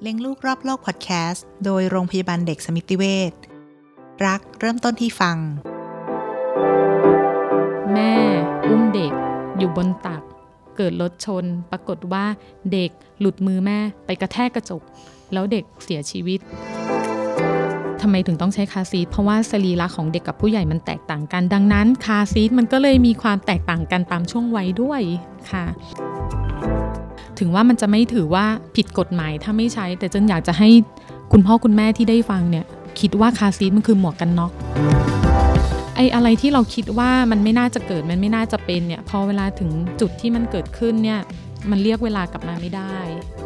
เลี้ยงลูกรอบโลกพอดแคสต์โดยโรงพยาบาลเด็กสมิติเวชรักเริ่มต้นที่ฟังแม่อุ้มเด็กอยู่บนตักเกิดรถชนปรากฏว่าเด็กหลุดมือแม่ไปกระแทกกระจกแล้วเด็กเสียชีวิตทำไมถึงต้องใช้คาร์ซีทเพราะว่าสรีระของเด็กกับผู้ใหญ่มันแตกต่างกันดังนั้นคาร์ซีทมันก็เลยมีความแตกต่างกันตามช่วงวัยด้วยค่ะถึงว่ามันจะไม่ถือว่าผิดกฎหมายถ้าไม่ใช้แต่จนอยากจะให้คุณพ่อคุณแม่ที่ได้ฟังเนี่ยคิดว่าคาร์ซีทมันคือหมวกกันน็อกอะไรที่เราคิดว่ามันไม่น่าจะเกิดมันไม่น่าจะเป็นเนี่ยพอเวลาถึงจุดที่มันเกิดขึ้นเนี่ยมันเรียกเวลากลับมาไม่ได้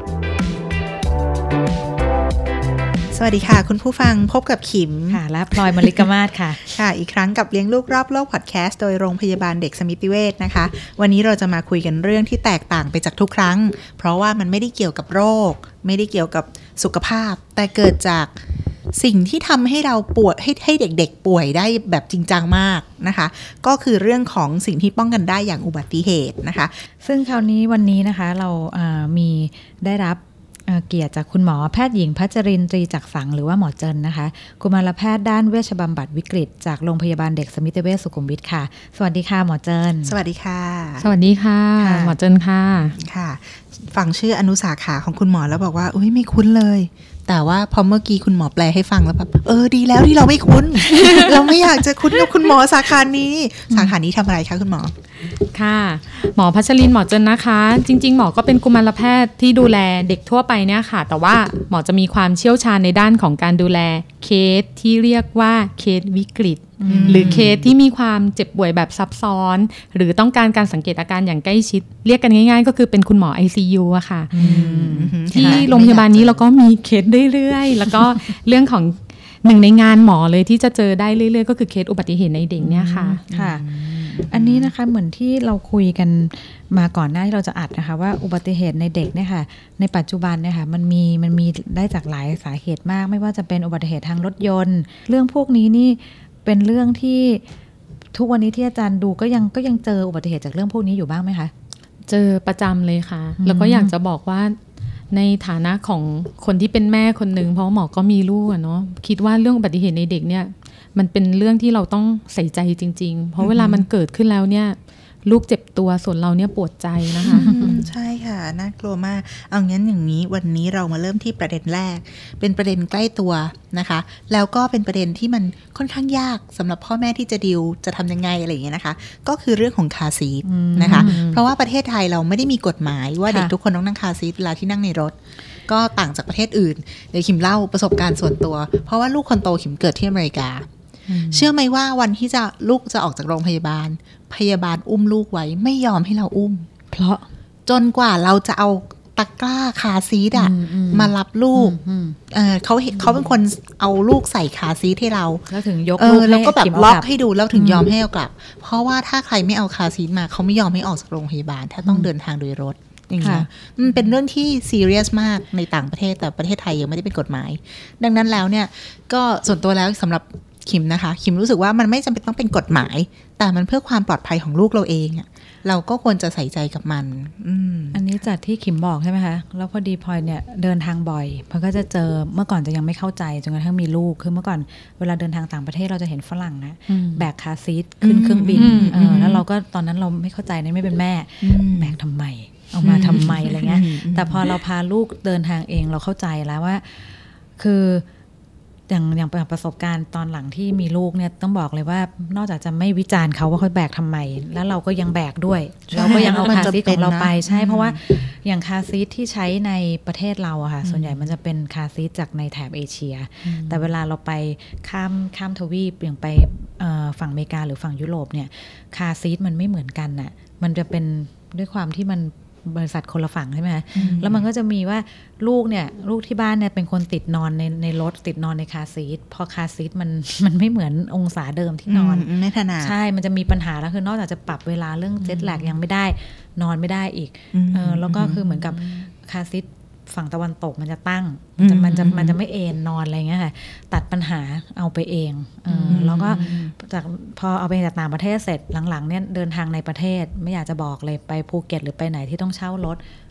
สวัสดีค่ะคุณผู้ฟังพบกับขิมค่ะและพลอยมลิกมาศค่ะค่ะอีกครั้งกับเลี้ยงลูกรอบโลกพอดแคสต์โดยโรงพยาบาลเด็กสมิติเวชนะคะวันนี้เราจะมาคุยกันเรื่องที่แตกต่างไปจากทุกครั้งเพราะว่ามันไม่ได้เกี่ยวกับโรคไม่ได้เกี่ยวกับสุขภาพแต่เกิดจากสิ่งที่ทำให้เราป่วยให้เด็กๆป่วยได้แบบจริงจังมากนะคะก็คือเรื่องของสิ่งที่ป้องกันได้อย่างอุบัติเหตุนะคะซึ่งคราวนี้วันนี้นะคะเรามีได้รับเกียรติจากคุณหมอแพทย์หญิงพัชรินทร์ ตรีจักษังหรือว่าหมอเจินนะคะกุมารแพทย์ด้านเวชบำบัดวิกฤตจากโรงพยาบาลเด็กสมิติเวชสุขุมวิทค่ะสวัสดีค่ะหมอเจินสวัสดีค่ะสวัสดีค่ะหมอเจินค่ะค่ะฟังชื่ออนุสาขาของคุณหมอแล้วบอกว่าอุ๊ยไม่คุ้นเลยแต่ว่าพอเมื่อกี้คุณหมอแปลให้ฟังแล้วแบบดีแล้วที่เราไม่คุ้น เราไม่อยากจะคุ้นกับคุณหมอสาขานี้สาขานี้ทำอะไรคะคุณหมอค่ะหมอพัชรินทร์หมอเจินนะคะจริงๆหมอก็เป็นกุมารแพทย์ที่ดูแลเด็กทั่วไปเนี่ยค่ะแต่ว่าหมอจะมีความเชี่ยวชาญในด้านของการดูแลเคสที่เรียกว่าเคสวิกฤตหรือเคสที่มีความเจ็บป่วยแบบซับซ้อนหรือต้องการการสังเกตอาการอย่างใกล้ชิดเรียกกันง่ายๆก็คือเป็นคุณหมอ ICU อะค่ะที่โรงพยาบาลนี้เราก็มีเคสเรื่อยๆแล้วก็เรื่องของหนึ่งในงานหมอเลยที่จะเจอได้เรื่อยๆก็คือเคสอุบัติเหตุในเด็กเนี่ยค่ะค่ะอันนี้นะคะเหมือนที่เราคุยกันมาก่อนหน้าที่เราจะอัดนะคะว่าอุบัติเหตุในเด็กเนี่ยค่ะในปัจจุบันเนี่ยค่ะมันมีได้จากหลายสาเหตุมากไม่ว่าจะเป็นอุบัติเหตุทางรถยนต์เรื่องพวกนี้นี่เป็นเรื่องที่ทุกวันนี้ที่อาจารย์ดูก็ยังเจออุบัติเหตุจากเรื่องพวกนี้อยู่บ้างไหมคะเจอประจำเลยค่ะแล้วก็อยากจะบอกว่าในฐานะของคนที่เป็นแม่คนหนึ่งเพราะหมอก็มีลูกอะเนาะคิดว่าเรื่องอุบัติเหตุในเด็กเนี่ยมันเป็นเรื่องที่เราต้องใส่ใจจริงๆเพราะเวลามันเกิดขึ้นแล้วเนี่ยลูกเจ็บตัวส่วนเราเนี่ยปวดใจนะคะใช่ค่ะน่ากลัวมากเอางั้นอย่างนี้วันนี้เรามาเริ่มที่ประเด็นแรกเป็นประเด็นใกล้ตัวนะคะแล้วก็เป็นประเด็นที่มันค่อนข้างยากสำหรับพ่อแม่ที่จะดีลจะทำยังไงอะไรอย่างเงี้ยนะคะก็คือเรื่องของคาร์ซีทนะคะเพราะว่าประเทศไทยเราไม่ได้มีกฎหมายว่าเด็กทุกคนต้องนั่งคาร์ซีทเวลาที่นั่งในรถก็ต่างจากประเทศอื่นเดี๋ยวขิมเล่าประสบการณ์ส่วนตัวเพราะว่าลูกคนโตขิมเกิดที่อเมริกาเชื่อไหมว่าวันที่ลูกจะออกจากโรงพยาบาลอุ้มลูกไว้ไม่ยอมให้เราอุ้มเพราะจนกว่าเราจะเอาตะกร้าคาร์ซีทมารับลูกเขาเป็นคนเอาลูกใส่คาร์ซีทให้เราแล้วถึงยกลูกแล้วก็แบบล็อกให้ดูแล้วถึงยอมให้เอากลับเพราะว่าถ้าใครไม่เอาคาร์ซีทมาเขาไม่ยอมให้ออกจากโรงพยาบาลถ้าต้องเดินทางโดยรถอย่างเงี้ยมันเป็นเรื่องที่ซีเรียสมากในต่างประเทศแต่ประเทศไทยยังไม่ได้เป็นกฎหมายดังนั้นแล้วเนี่ยก็ส่วนตัวแล้วสำหรับขิมนะคะขิมรู้สึกว่ามันไม่จำเป็นต้องเป็นกฎหมายแต่มันเพื่อความปลอดภัยของลูกเราเองเราก็ควรจะใส่ใจกับมันอันนี้จากที่ขิมบอกใช่ไหมคะแล้วพอดีพลอยเนี่ยเดินทางบ่อยเพราะก็จะเจอเมื่อก่อนจะยังไม่เข้าใจจนกระทั่งมีลูกคือเมื่อก่อนเวลาเดินทางต่างประเทศเราจะเห็นฝรั่งนะแบกคาร์ซีทขึ้นเครื่องบินแล้วเราก็ตอนนั้นเราไม่เข้าใจนะไม่เป็นแม่แบกทำไมเอามาทำไมอะไรเงี้ยแต่พอเราพาลูกเดินทางเองเราเข้าใจแล้วว่าคืออย่างประสบการณ์ตอนหลังที่มีลูกเนี่ยต้องบอกเลยว่านอกจากจะไม่วิจารณ์เขาว่าเขาแบกทำไมแล้วเราก็ยังแบกด้วยเราก็ยังเอาคาร์ซีทของเราไปใช่เพราะว่าอย่างคาร์ซีทที่ใช้ในประเทศเราอะค่ะส่วนใหญ่มันจะเป็นคาร์ซีทจากในแถบเอเชียแต่เวลาเราไปข้ามทวีปอย่างไปฝั่งอเมริกาหรือฝั่งยุโรปเนี่ยคาร์ซีทมันไม่เหมือนกันน่ะมันจะเป็นด้วยความที่มันบริษัทคนละฝั่งใช่ไหมแล้วมันก็จะมีว่าลูกที่บ้านเนี่ยเป็นคนติดนอนในรถติดนอนในคาร์ซีทพอคาร์ซีทมันไม่เหมือนองศาเดิมที่นอนไม่ถนัดใช่มันจะมีปัญหาแล้วคือนอกจากจะปรับเวลาเรื่องเจ็ตแลกยังไม่ได้นอนไม่ได้อีกแล้วก็คือเหมือนกับคาร์ซีทฝั่งตะวันตกมันจะตั้งมันจะไม่เอนนอนอะไรเงี้ยค่ะตัดปัญหาเอาไปเองแล้วก็จากพอเอาไปจากต่างประเทศเสร็จหลังๆเนี่ยเดินทางในประเทศไม่อยากจะบอกเลยไปภูเก็ตหรือไปไหนที่ต้องเช่ารถ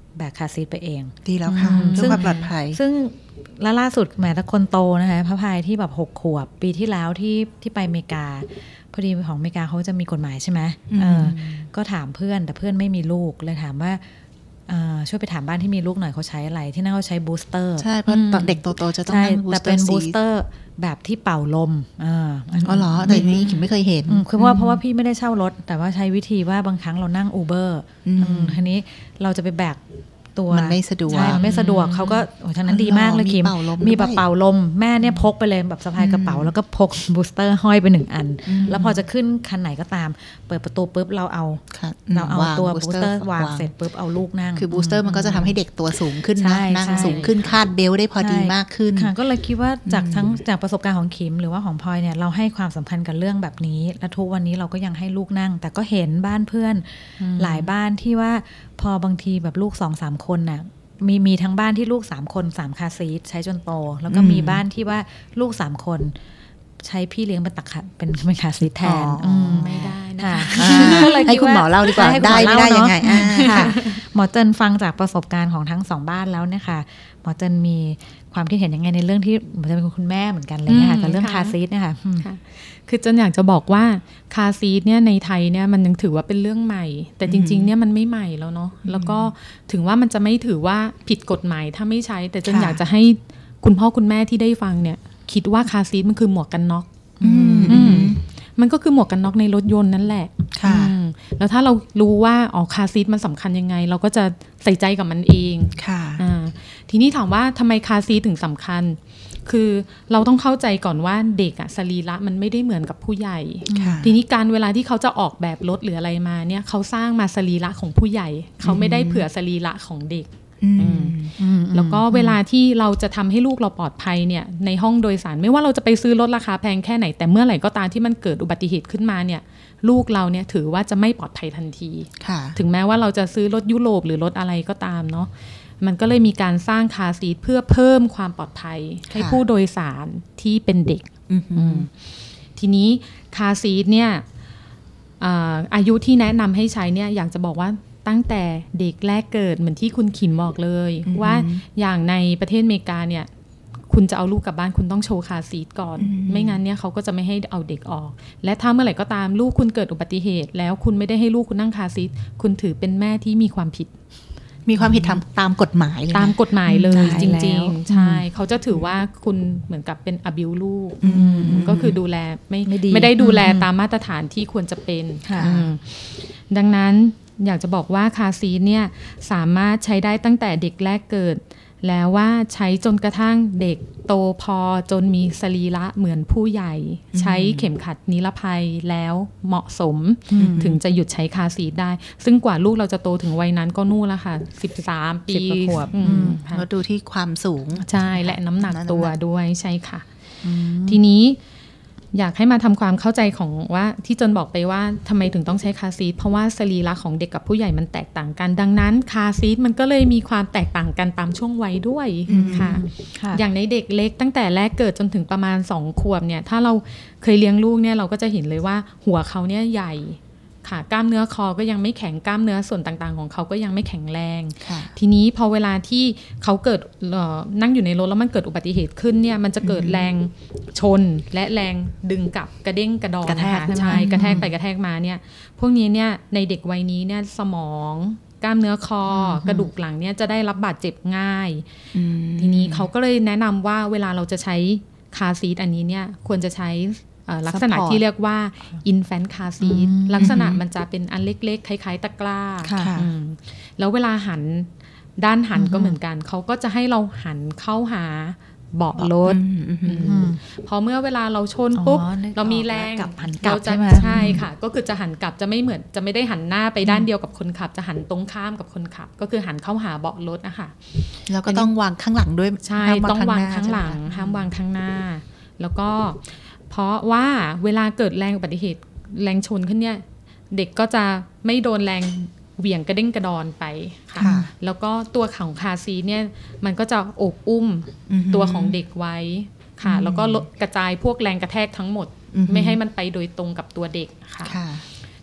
แบกคาร์ซีทไปเองดีแล้วค่ะเพื่อความปลอดภัยซึ่งล่าสุดแม้แต่คนโตนะคะพระพายที่แบบ6 ขวบปีที่แล้วที่ไปอเมริกาพอดีของอเมริกาเขาจะมีกฎหมายใช่ไหมก็ถามเพื่อนแต่เพื่อนไม่มีลูกเลยถามว่าช่วยไปถามบ้านที่มีลูกหน่อยเขาใช้อะไรที่นั่นเขาใช้บูสเตอร์ใช่เพราะตอนเด็กโตๆจะต้องนั่งบูสเตอร์แต่เป็นบูสเตอร์แบบที่เป่าลมอ๋อเหรอแต่นี้ขิมไม่เคยเห็นคือเพราะว่าพี่ไม่ได้เช่ารถแต่ว่าใช้วิธีว่าบางครั้งเรานั่งอูเบอร์ทีนี้เราจะไปแบกมันไม่สะดวกใช่มันไม่สะดวกเขาก็โอ้ทางนั้นดีมากเลยคิมมีแบบเป่าลมแม่เนี่ยพกไปเลยแบบสะพายกระเป๋าแล้วก็พกบูสเตอร์ห้อยไป1 อันแล้วพอจะขึ้นคันไหนก็ตามเปิดประตูปุ๊บเราเอาตัวบูสเตอร์วางเสร็จปุ๊บเอาลูกนั่งคือบูสเตอร์มันก็จะทำให้เด็กตัวสูงขึ้นนั่งสูงขึ้นคาดเบลได้พอดีมากขึ้นค่ะก็เลยคิดว่าจากประสบการณ์ของคิมหรือว่าของพลอยเนี่ยเราให้ความสำคัญกับเรื่องแบบนี้และทุกวันนี้เราก็ยังให้ลูกนั่งแต่ก็เห็นบ้านเพื่อนหลายบ้านที่ว่าพอบางทีแบบลูก 2-3 คนน่ะมีทั้งบ้านที่ลูก3 คน3 คาร์ซีทใช้จนโตแล้วก็มีบ้านที่ว่าลูก3 คนใช้พี่เลี้ยงเป็นตักเป็นคาร์ซีทแทนไม่ได้นะคะให้คุณหมอเล่าดีกว่าได้ไม่ได้ยังไงหมอเจินฟังจากประสบการณ์ของทั้ง2 บ้านแล้วนะคะหมอเจินมีความคิดเห็นยังไงในเรื่องที่หมอเจินเป็นคุณแม่เหมือนกันเลยนะคะกับเรื่องคาร์ซีทนะคะคือเจินอยากจะบอกว่าคาร์ซีทเนี่ยในไทยเนี่ยมันยังถือว่าเป็นเรื่องใหม่แต่จริงๆเนี่ยมันไม่ใหม่แล้วเนาะแล้วก็ถึงว่ามันจะไม่ถือว่าผิดกฎหมายถ้าไม่ใช้แต่เจินอยากจะให้คุณพ่อคุณแม่ที่ได้ฟังเนี่ยคิดว่าคาร์ซีทมันคือหมวกกันน็อกมันก็คือหมวกกันน็อกในรถยนต์นั่นแหละแล้วถ้าเรารู้ว่าคาร์ซีทมันสำคัญยังไงเราก็จะใส่ใจกับมันเองทีนี้ถามว่าทำไมคาร์ซีทถึงสำคัญคือเราต้องเข้าใจก่อนว่าเด็กสรีระมันไม่ได้เหมือนกับผู้ใหญ่ทีนี้การเวลาที่เขาจะออกแบบรถหรืออะไรมาเนี่ยเขาสร้างมาสรีระของผู้ใหญ่เขาไม่ได้เผื่อสรีระของเด็กแล้วก็เวลาที่เราจะทำให้ลูกเราปลอดภัยเนี่ยในห้องโดยสารไม่ว่าเราจะไปซื้อรถราคาแพงแค่ไหนแต่เมื่อไหร่ก็ตามที่มันเกิดอุบัติเหตุขึ้นมาเนี่ยลูกเราเนี่ยถือว่าจะไม่ปลอดภัยทันทีถึงแม้ว่าเราจะซื้อรถยุโรปหรือรถอะไรก็ตามเนาะมันก็เลยมีการสร้างคาร์ซีทเพื่อเพิ่มความปลอดภัยให้ผู้โดยสารที่เป็นเด็กทีนี้คาร์ซีทเนี่ยอายุที่แนะนำให้ใช้เนี่ยอยากจะบอกว่าตั้งแต่เด็กแรกเกิดเหมือนที่คุณขิมบอกเลยว่าอย่างในประเทศอเมริกาเนี่ยคุณจะเอาลูกกลับบ้านคุณต้องโชว์คาร์ซีทก่อนไม่งั้นเนี่ยเขาก็จะไม่ให้เอาเด็กออกและถ้าเมื่อไหร่ก็ตามลูกคุณเกิดอุบัติเหตุแล้วคุณไม่ได้ให้ลูกคุณนั่งคาร์ซีทคุณถือเป็นแม่ที่มีความผิดตามกฎหมายเลยตามกฎหมายเลยจริงๆใช่เขาจะถือว่าคุณเหมือนกับเป็นabuseลูกก็คือดูแลไม่ได้ดูแลตามมาตรฐานที่ควรจะเป็นดังนั้นอยากจะบอกว่าคาร์ซีทเนี่ยสามารถใช้ได้ตั้งแต่เด็กแรกเกิดแล้วว่าใช้จนกระทั่งเด็กโตพอจนมีสรีระเหมือนผู้ใหญ่ใช้เข็มขัดนิรภัยแล้วเหมาะสมถึงจะหยุดใช้คาร์ซีทได้ซึ่งกว่าลูกเราจะโตถึงวัยนั้นก็นู่นแล้วค่ะ13 ปีขวบก็ดูที่ความสูงใช่และน้ำหนักตัวด้วยใช่ค่ะทีนี้อยากให้มาทำความเข้าใจของว่าที่จนบอกไปว่าทำไมถึงต้องใช้คาร์ซีทเพราะว่าสรีระของเด็กกับผู้ใหญ่มันแตกต่างกันดังนั้นคาร์ซีทมันก็เลยมีความแตกต่างกันตามช่วงวัยด้วยค่ะอย่างในเด็กเล็กตั้งแต่แรกเกิดจนถึงประมาณ2 ขวบเนี่ยถ้าเราเคยเลี้ยงลูกเนี่ยเราก็จะเห็นเลยว่าหัวเขาเนี่ยใหญ่ค่ะกล้ามเนื้อคอก็ยังไม่แข็งกล้ามเนื้อส่วนต่างๆของเขาก็ยังไม่แข็งแรงทีนี้พอเวลาที่เขาเกิดนั่งอยู่ในรถแล้วมันเกิดอุบัติเหตุขึ้นเนี่ยมันจะเกิดแรงชนและแรงดึงกลับกระเด้งกระดอนนะคะใช่กระแทกไปกระแทกมาเนี่ยพวกนี้เนี่ยในเด็กวัยนี้เนี่ยสมองกล้ามเนื้อคอกระดูกหลังเนี่ยจะได้รับบาดเจ็บง่ายทีนี้เขาก็เลยแนะนำว่าเวลาเราจะใช้คาร์ซีทอันนี้เนี่ยควรจะใช้ลักษณะที่เรียกว่า infant car seat ลักษณะมันจะเป็นอันเล็กๆคล้ายๆตะกร้าแล้วเวลาหันด้านหันก็เหมือนกันเขาก็จะให้เราหันเข้าหาเบาะรถพอเมื่อเวลาเราชนปุ๊บเรามีแรงเราจะใช่ค่ะก็คือจะหันกลับจะไม่เหมือนจะไม่ได้หันหน้าไปด้านเดียวกับคนขับจะหันตรงข้ามกับคนขับก็คือหันเข้าหาเบาะรถนะคะแล้วก็ต้องวางข้างหลังด้วยใช่ต้องวางข้างหลังห้ามวางข้างหน้าแล้วก็เพราะว่าเวลาเกิดแรงอุบัติเหตุแรงชนขึ้นเนี่ยเด็กก็จะไม่โดนแรงเหวี่ยงกระเด้งกระดอนไปค่ะแล้วก็ตัวของคาร์ซีทเนี่ยมันก็จะโอบอุ้มตัวของเด็กไว้ค่ะแล้วก็ลดกระจายพวกแรงกระแทกทั้งหมดไม่ให้มันไปโดยตรงกับตัวเด็กค่ะ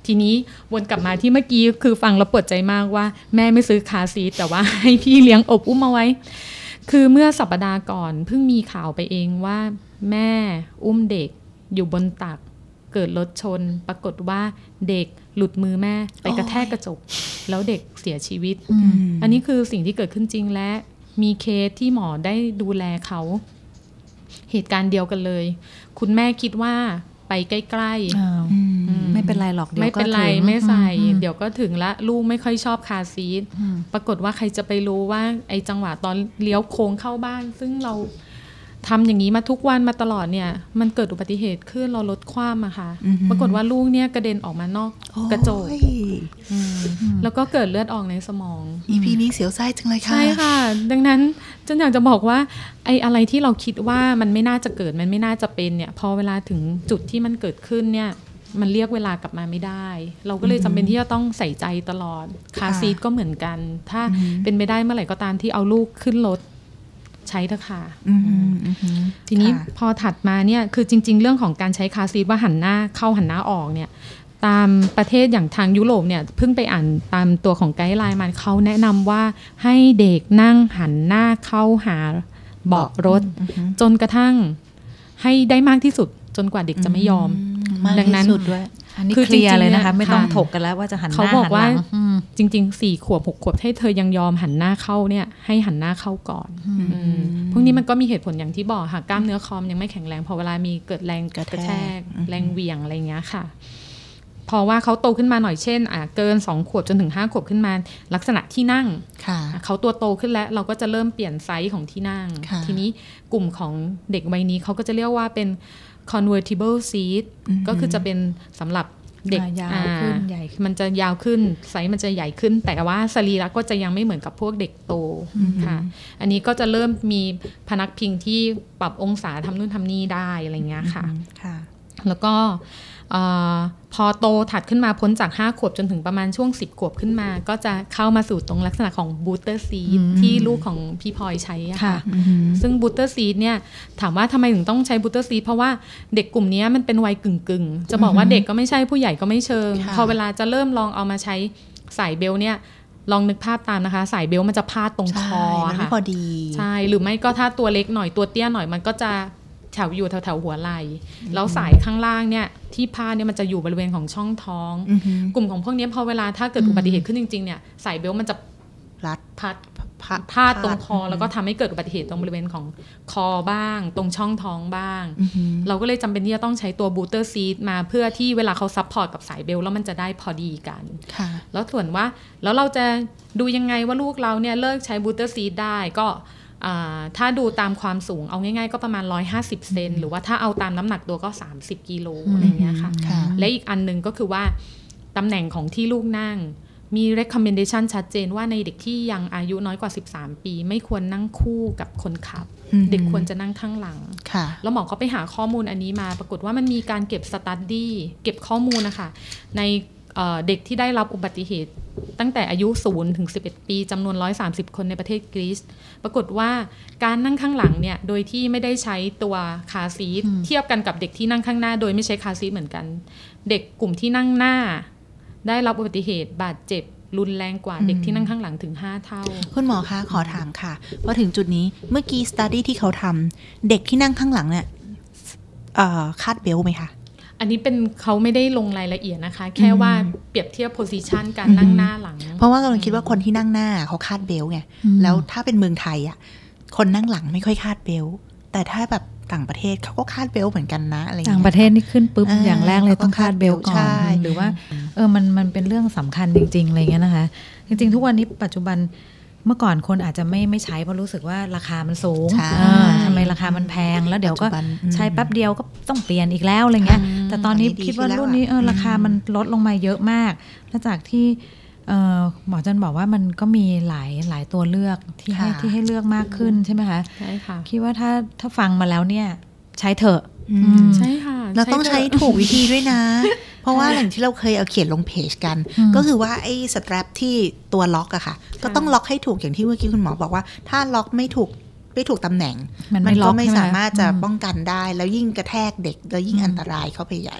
ทีนี้วนกลับมาที่เมื่อกี้คือฟังแล้วปวดใจมากว่าแม่ไม่ซื้อคาร์ซีทแต่ว่าให้พี่เลี้ยงอบอุ้มเอาไว้คือเมื่อสัปดาห์ก่อนเพิ่งมีข่าวไปเองว่าแม่อุ้มเด็กอยู่บนตักเกิดรถชนปรากฏว่าเด็กหลุดมือแม่ไปกระแทกกระจกแล้วเด็กเสียชีวิตอันนี้คือสิ่งที่เกิดขึ้นจริงและมีเคสที่หมอได้ดูแลเขาเหตุการณ์เดียวกันเลยคุณแม่คิดว่าไปใกล้ๆไม่เป็นไรหรอกไม่เป็นไรไม่ใส่เดี๋ยวก็ถึงละลูกไม่ค่อยชอบคาร์ซีทปรากฏว่าใครจะไปรู้ว่าไอ้จังหวะตอนเลี้ยวโค้งเข้าบ้านซึ่งเราทำอย่างนี้มาทุกวันมาตลอดเนี่ยมันเกิดอุบัติเหตุขึ้นเราลดความอะค่ะปรากฏว่าลูกเนี่ยกระเด็นออกมานอกกระจกแล้วก็เกิดเลือดออกในสมอง EP นี้เสียวไส้จังเลยค่ะใช่ค่ะดังนั้นฉันอยากจะบอกว่าไอ้อะไรที่เราคิดว่ามันไม่น่าจะเกิดมันไม่น่าจะเป็นเนี่ยพอเวลาถึงจุดที่มันเกิดขึ้นเนี่ยมันเรียกเวลากลับมาไม่ได้เราก็เลยจำเป็นที่จะต้องใส่ใจตลอดคาร์ซีทก็เหมือนกันถ้าเป็นไม่ได้เมื่อไหร่ก็ตามที่เอาลูกขึ้นรถใช้เถอะค่ะทีนี้พอถัดมาเนี่ยคือจริงๆเรื่องของการใช้คาร์ซีทว่าหันหน้าเข้าหันหน้าออกเนี่ยตามประเทศอย่างทางยุโรปเนี่ยเพิ่งไปอ่านตามตัวของไกด์ไลน์มันเขาแนะนำว่าให้เด็กนั่งหันหน้าเข้าหาเบาะรถจนกระทั่งให้ได้มากที่สุดจนกว่าเด็กจะไม่ยอมดังนั้นด้วยอันนี้เคลียร์เลยนะคะไม่ต้องถกกันแล้วว่าจะหันหน้าเขาบอกว่าจริงๆ4 ขวบ 6 ขวบให้เธอยังยอมหันหน้าเข้าเนี่ยให้หันหน้าเข้าก่อนพวกนี้มันก็มีเหตุผลอย่างที่บอกค่ะกล้ามเนื้อคอมยังไม่แข็งแรงพอเวลามีเกิดแรงกระแทกแรงเหวี่ยงอะไรเงี้ยค่ะพอว่าเขาโตขึ้นมาหน่อยเช่นเกิน2 ขวบจนถึง5 ขวบขึ้นมาลักษณะที่นั่งเขาตัวโตขึ้นแล้วเราก็จะเริ่มเปลี่ยนไซส์ของที่นั่งทีนี้กลุ่มของเด็กวัยนี้เขาก็จะเรียกว่าเป็น convertible seat ก็คือจะเป็นสำหรับเด็กยาวขึ้นใหญ่มันจะยาวขึ้นไซส์มันจะใหญ่ขึ้นแต่ว่าสรีระก็จะยังไม่เหมือนกับพวกเด็กโตค่ะอันนี้ก็จะเริ่มมีพนักพิงที่ปรับองศาทำนู่นทำนี่ได้อะไรเงี้ยค่ะแล้วก็พอโตถัดขึ้นมาพ้นจาก5 ขวบจนถึงประมาณช่วง10 ขวบขึ้นมาก็จะเข้ามาสู่ตรงลักษณะของบูสเตอร์ซีทที่ลูกของพี่พลอยใช้ค่ะซึ่งบูสเตอร์ซีทเนี่ยถามว่าทำไมถึงต้องใช้บูสเตอร์ซีทเพราะว่าเด็กกลุ่มนี้มันเป็นวัยกึ่งจะบอกว่าเด็กก็ไม่ใช่ผู้ใหญ่ก็ไม่เชิงพอเวลาจะเริ่มลองเอามาใช้สายเบลเนี่ยลองนึกภาพตามนะคะสายเบลมันจะพาดตรงคอค่ะพอดีใช่หรือไม่ก็ถ้าตัวเล็กหน่อยตัวเตี้ยหน่อยมันก็จะแถวอยู่แถวหัวไหล่แล้วสายข้างล่างเนี่ยที่พาดเนี่ยมันจะอยู่บริเวณของช่องท้องกลุ่มของพวกนี้พอเวลาถ้าเกิดอุบัติเหตุขึ้นจริงๆเนี่ยสายเบลต์มันจะพาดตรงคอแล้วก็ทำให้เกิดอุบัติเหตุตรงบริเวณของคอบ้างตรงช่องท้องบ้างเราก็เลยจำเป็นที่จะต้องใช้ตัวบูสเตอร์ซีทมาเพื่อที่เวลาเขาซัพพอร์ตกับสายเบลต์แล้วมันจะได้พอดีกันแล้วส่วนว่าแล้วเราจะดูยังไงว่าลูกเราเนี่ยเลิกใช้บูสเตอร์ซีทได้ก็ถ้าดูตามความสูงเอาง่ายๆก็ประมาณ150 เซนหรือว่าถ้าเอาตามน้ำหนักตัวก็30 กิโลอะไรเงี้ยค่ะและอีกอันนึงก็คือว่าตำแหน่งของที่ลูกนั่งมี recommendation ชัดเจนว่าในเด็กที่ยังอายุน้อยกว่า13 ปีไม่ควรนั่งคู่กับคนขับเด็กควรจะนั่งข้างหลังแล้วหมอเขาไปหาข้อมูลอันนี้มาปรากฏว่ามันมีการเก็บ study เก็บข้อมูลนะคะในเด็กที่ได้รับอุบัติเหตุตั้งแต่อายุ0 ถึง 11 ปีจำนวน130 คนในประเทศกรีซปรากฏว่าการนั่งข้างหลังเนี่ยโดยที่ไม่ได้ใช้ตัวคาร์ซีทเทียบกันกับเด็กที่นั่งข้างหน้าโดยไม่ใช้คาร์ซีทเหมือนกันเด็กกลุ่มที่นั่งหน้าได้รับอุบัติเหตุบาดเจ็บรุนแรงกว่าเด็กที่นั่งข้างหลังถึง5 เท่าคุณหมอคะขอถามค่ะพอถึงจุดนี้เมื่อกี้ study ที่เขาทำเด็กที่นั่งข้างหลังเนี่ยคาดเบลต์ไหมคะอันนี้เป็นเขาไม่ได้ลงรายละเอียดนะคะแค่ว่าเปรียบเทียบโพสิชันการนั่งหน้าหลังเพราะว่ากำลังคิดว่าคนที่นั่งหน้าเขาคาดเบลต์ไงแล้วถ้าเป็นเมืองไทยอ่ะคนนั่งหลังไม่ค่อยคาดเบลต์แต่ถ้าแบบต่างประเทศเขาก็คาดเบลต์เหมือนกันนะอะไรต่างประเทศนี่ขึ้นปุ๊บอย่างแรกเลยต้องคาดเบลต์ก่อนหรือว่ามันเป็นเรื่องสำคัญจริงๆอะไรเงี้ยนะคะจริงๆทุกวันนี้ปัจจุบันเมื่อก่อนคนอาจจะไม่ใช้เพราะรู้สึกว่าราคามันสูงทำไมราคามันแพงแล้วเดี๋ยวก็ใช้แป๊บเดียวก็ต้องเปลี่ยนอีกแล้วอะไรเงี้ยแต่ตอนนี้คิดว่ารุ่นนี้ราคามันลดลงมาเยอะมากแล้วจากที่หมอจันบอกว่ามันก็มีหลายตัวเลือกที่ให้เลือกมากขึ้นใช่ไหมคะใช่ค่ะคิดว่าถ้าฟังมาแล้วเนี่ยใช้เถอะใช่ค่ะเราต้องใช้ถูกวิธีด้วยนะเพราะว่าอย่างที่เราเคยเอาเขียนลงเพจกันก็คือว่าไอ้สแตรปที่ตัวล็อกอะค่ะก็ต้องล็อกให้ถูกอย่างที่เมื่อกี้คุณหมอบอกว่าถ้าล็อกไม่ถูกตำแหน่งมันก็ไม่สามารถจะป้องกันได้แล้วยิ่งกระแทกเด็กแล้วยิ่งอันตรายเข้าไปใหญ่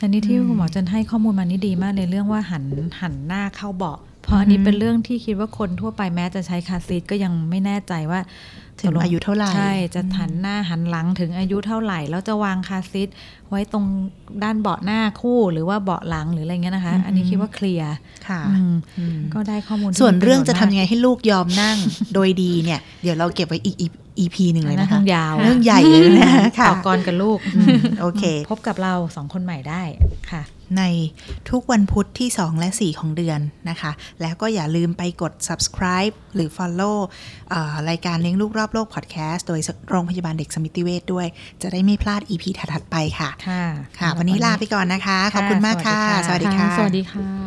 แต่นี่ที่คุณหมอจันให้ข้อมูลมานี่ดีมากเลยเรื่องว่าหันหน้าเข้าเบาะเพราะอันนี้เป็นเรื่องที่คิดว่าคนทั่วไปแม้จะใช้คาร์ซีทก็ยังไม่แน่ใจว่าถึงอายุเท่าไหร่ใช่จะหันหน้าหันหลังถึงอายุเท่าไหร่แล้วจะวางคาร์ซีทไว้ตรงด้านเบาะหน้าคู่หรือว่าเบาะหลังหรืออะไรเงี้ยนะคะอันนี้คิดว่าเคลียร์ค่ะก็ได้ข้อมูลส่วนเรื่องจะทำยังไงให้ลูกยอมนั่งโดยดีเนี่ยเดี๋ยวเราเก็บไว้อีก EP หนึ่งเลยนะคะยาวเรื่องใหญ่เลยนะค่ะต่อกรกับลูกโอเคพบกับเรา2คนใหม่ได้ค่ะในทุกวันพุธที่2และ4ของเดือนนะคะแล้วก็อย่าลืมไปกด subscribe หรือ follow รายการเลี้ยงลูกรอบโลก podcast โดยโรงพยาบาลเด็กสมิติเวชด้วยจะได้ไม่พลาด EP ถัดๆไปค่ะค่ะวันนี้ลาไปก่อนนะคะขอบคุณมากค่ะสวัสดีค่ะสวัสดีค่ะ